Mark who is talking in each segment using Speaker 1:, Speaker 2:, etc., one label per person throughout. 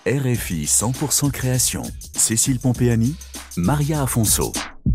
Speaker 1: RFI 100% création. Cécile Pompeani, Maria Afonso.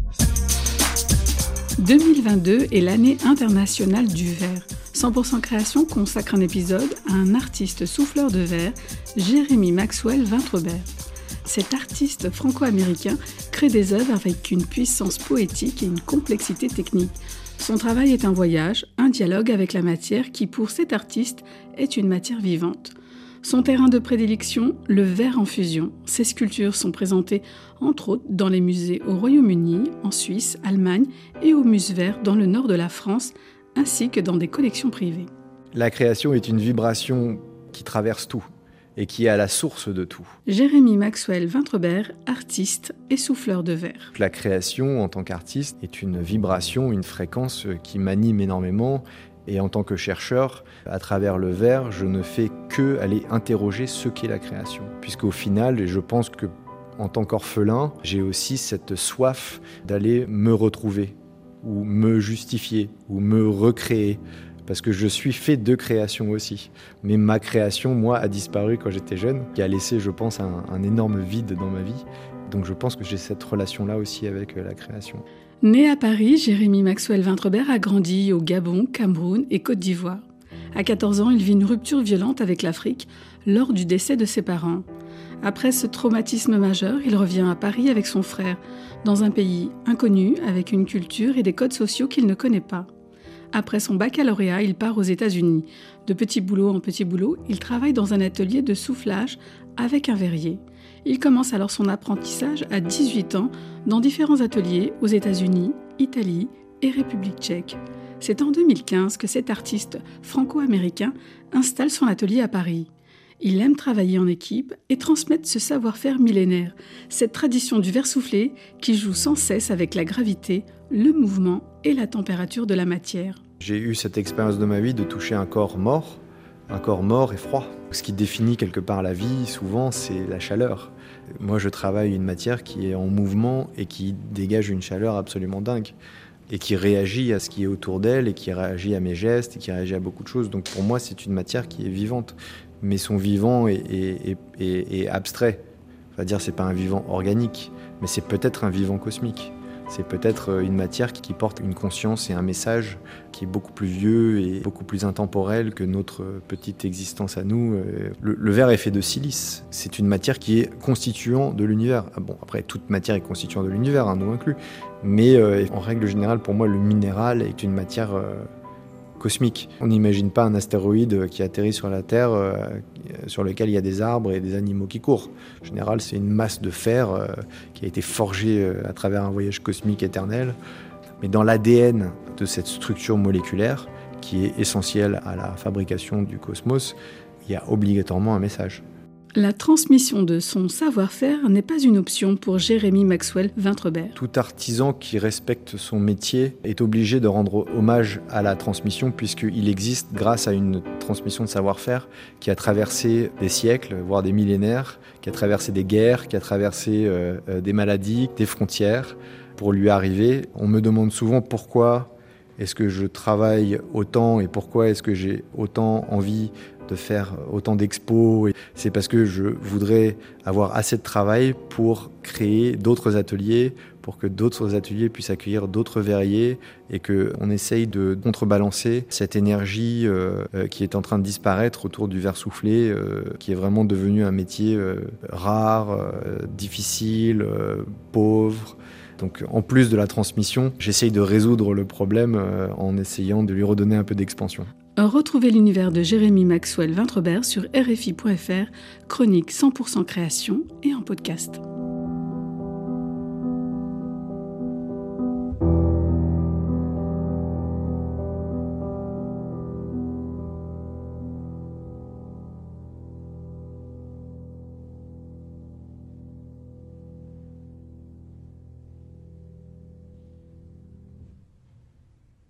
Speaker 2: 2022 est l'année internationale du verre. 100% création consacre un épisode à un artiste souffleur de verre, Jérémy Maxwell Vintrebert. Cet artiste franco-américain crée des œuvres avec une puissance poétique et une complexité technique. Son travail est un voyage, un dialogue avec la matière qui, pour cet artiste, est une matière vivante. Son terrain de prédilection, le verre en fusion. Ses sculptures sont présentées, entre autres, dans les musées au Royaume-Uni, en Suisse, Allemagne et au Musverre dans le nord de la France, ainsi que dans des collections privées.
Speaker 3: La création est une vibration qui traverse tout et qui est à la source de tout.
Speaker 2: Jérémy Maxwell Vintrebert, artiste et souffleur de verre.
Speaker 3: La création, en tant qu'artiste, est une vibration, une fréquence qui m'anime énormément. Et en tant que chercheur, à travers le verre, je ne fais que aller interroger ce qu'est la création. Puisqu'au final, je pense que en tant qu'orphelin, j'ai aussi cette soif d'aller me retrouver, ou me justifier, ou me recréer. Parce que je suis fait de création aussi. Mais ma création, moi, a disparu quand j'étais jeune, qui a laissé, je pense, un énorme vide dans ma vie. Donc je pense que j'ai cette relation-là aussi avec la création.
Speaker 2: Né à Paris, Jérémy Maxwell Vintrebert a grandi au Gabon, Cameroun et Côte d'Ivoire. À 14 ans, il vit une rupture violente avec l'Afrique lors du décès de ses parents. Après ce traumatisme majeur, il revient à Paris avec son frère, dans un pays inconnu, avec une culture et des codes sociaux qu'il ne connaît pas. Après son baccalauréat, il part aux États-Unis. De petit boulot en petit boulot, il travaille dans un atelier de soufflage avec un verrier. Il commence alors son apprentissage à 18 ans dans différents ateliers aux États-Unis, Italie et République tchèque. C'est en 2015 que cet artiste franco-américain installe son atelier à Paris. Il aime travailler en équipe et transmettre ce savoir-faire millénaire, cette tradition du verre soufflé qui joue sans cesse avec la gravité, le mouvement et la température de la matière.
Speaker 3: J'ai eu cette expérience de ma vie de toucher un corps mort et froid. Ce qui définit quelque part la vie, souvent, c'est la chaleur. Moi, je travaille une matière qui est en mouvement et qui dégage une chaleur absolument dingue et qui réagit à ce qui est autour d'elle et qui réagit à mes gestes et qui réagit à beaucoup de choses. Donc pour moi, c'est une matière qui est vivante. Mais son vivant est abstrait. C'est-à-dire, c'est pas un vivant organique, mais c'est peut-être un vivant cosmique. C'est peut-être une matière qui porte une conscience et un message qui est beaucoup plus vieux et beaucoup plus intemporel que notre petite existence à nous. Le verre est fait de silice. C'est une matière qui est constituant de l'univers. Bon, après, toute matière est constituant de l'univers, nous inclus. Mais en règle générale, pour moi, le minéral est une matière cosmique. On n'imagine pas un astéroïde qui atterrit sur la Terre, sur lequel il y a des arbres et des animaux qui courent. En général, c'est une masse de fer qui a été forgée à travers un voyage cosmique éternel. Mais dans l'ADN de cette structure moléculaire, qui est essentielle à la fabrication du cosmos, il y a obligatoirement un message.
Speaker 2: La transmission de son savoir-faire n'est pas une option pour Jérémy Maxwell Vintrebert.
Speaker 3: Tout artisan qui respecte son métier est obligé de rendre hommage à la transmission puisqu'il existe grâce à une transmission de savoir-faire qui a traversé des siècles, voire des millénaires, qui a traversé des guerres, qui a traversé des maladies, des frontières. Pour lui arriver, on me demande souvent pourquoi est-ce que je travaille autant et pourquoi est-ce que j'ai autant envie de faire autant d'expos. C'est parce que je voudrais avoir assez de travail pour créer d'autres ateliers, pour que d'autres ateliers puissent accueillir d'autres verriers et qu'on essaye de contrebalancer cette énergie qui est en train de disparaître autour du verre soufflé, qui est vraiment devenu un métier rare, difficile, pauvre. Donc, en plus de la transmission, j'essaye de résoudre le problème en essayant de lui redonner un peu d'expansion.
Speaker 2: Retrouvez l'univers de Jérémy Maxwell Vintrebert sur RFI.fr, chronique 100% création et en podcast.